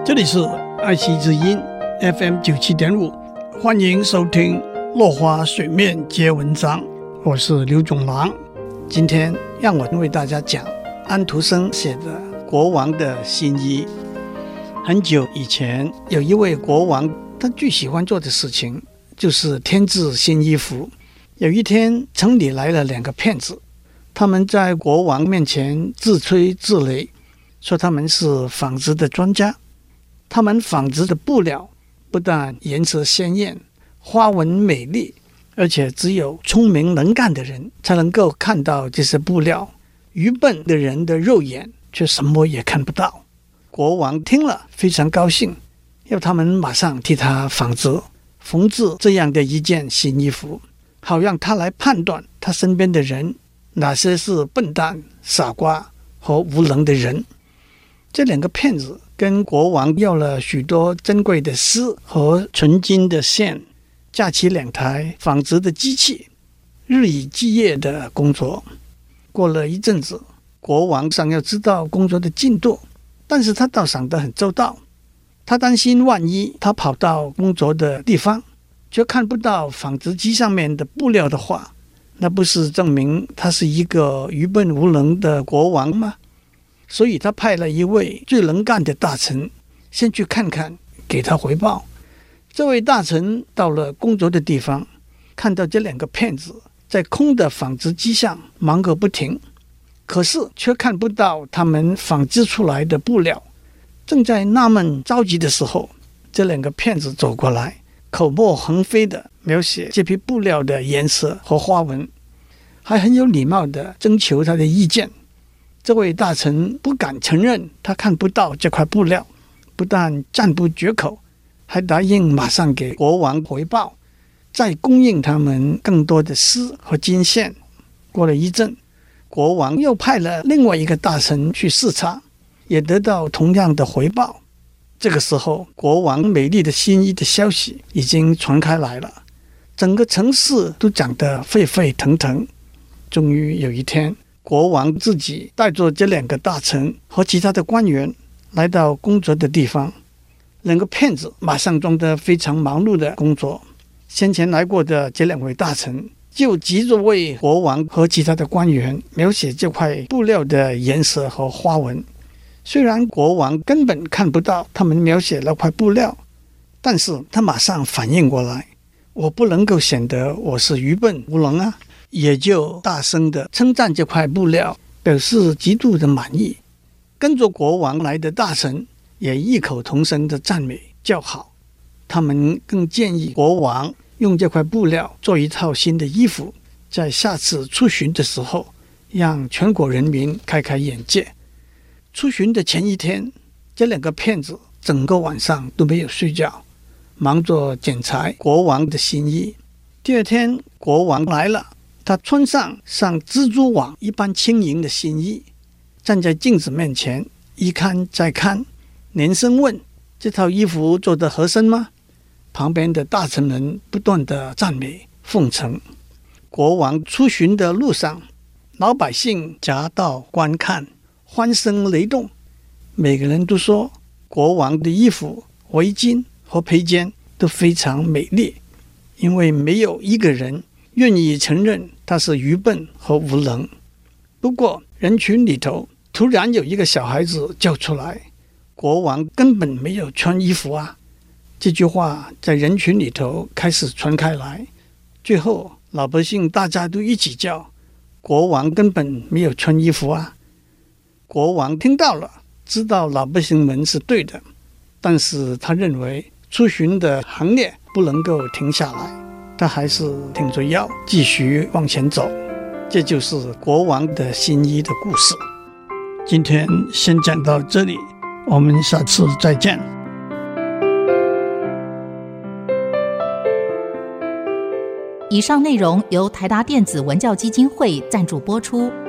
这里是爱惜之音 FM97.5， 欢迎收听落花水面皆文章，我是刘总郎。今天让我为大家讲安徒生写的《国王的新衣》。很久以前，有一位国王，他最喜欢做的事情就是添置新衣服。有一天，城里来了2个骗子，他们在国王面前自吹自擂，说他们是纺织的专家。他们纺织的布料不但颜色鲜艳、花纹美丽，而且只有聪明能干的人才能够看到这些布料，愚笨的人的肉眼却什么也看不到。国王听了非常高兴，要他们马上替他纺制这样的一件新衣服，好让他来判断他身边的人哪些是笨蛋、傻瓜和无能的人。这2个骗子跟国王要了许多珍贵的丝和纯金的线，架起2台纺织的机器，日以继夜的工作。过了一阵子，国王想要知道工作的进度，但是他倒想得很周到。他担心万一他跑到工作的地方，却看不到纺织机上面的布料的话，那不是证明他是一个愚笨无能的国王吗？所以他派了一位最能干的大臣先去看看，给他回报。这位大臣到了工作的地方，看到这2个骗子在空的纺织机上忙个不停，可是却看不到他们纺织出来的布料。正在纳闷着急的时候，这2个骗子走过来，口沫横飞的描写这批布料的颜色和花纹，还很有礼貌的征求他的意见。这位大臣不敢承认他看不到这块布料，不但赞不绝口，还答应马上给国王回报，再供应他们更多的丝和金线。过了一阵，国王又派了另外一个大臣去视察，也得到同样的回报。这个时候，国王美丽的新衣的消息已经传开来了，整个城市都讲得沸沸腾腾。终于有一天，国王自己带着这2个大臣和其他的官员来到工作的地方。2个骗子马上装得非常忙碌的工作。先前来过的这2位大臣就急着为国王和其他的官员描写这块布料的颜色和花纹。虽然国王根本看不到他们描写那块布料，但是他马上反应过来，我不能够显得我是愚笨无能啊，也就大声地称赞这块布料，表示极度的满意。跟着国王来的大臣也异口同声的赞美叫好。他们更建议国王用这块布料做一套新的衣服，在下次出巡的时候让全国人民开开眼界。出巡的前一天，这2个骗子整个晚上都没有睡觉，忙着剪裁国王的新衣。第二天国王来了，他穿上像蜘蛛网一般轻盈的新衣，站在镜子面前一看再看，连声问：这套衣服做得合身吗？旁边的大臣们不断的赞美奉承。国王出巡的路上，老百姓夹道观看，欢声雷动。每个人都说国王的衣服、围巾和披肩都非常美丽，因为没有一个人愿意承认他是愚笨和无能。不过人群里头突然有一个小孩子叫出来：国王根本没有穿衣服啊！这句话在人群里头开始传开来，最后老百姓大家都一起叫：国王根本没有穿衣服啊！国王听到了，知道老百姓们是对的，但是他认为出巡的行列不能够停下来，他还是挺着腰继续往前走。这就是国王的新衣的故事。今天先讲到这里，我们下次再见。 以上内容由台达电子文教基金会赞助播出。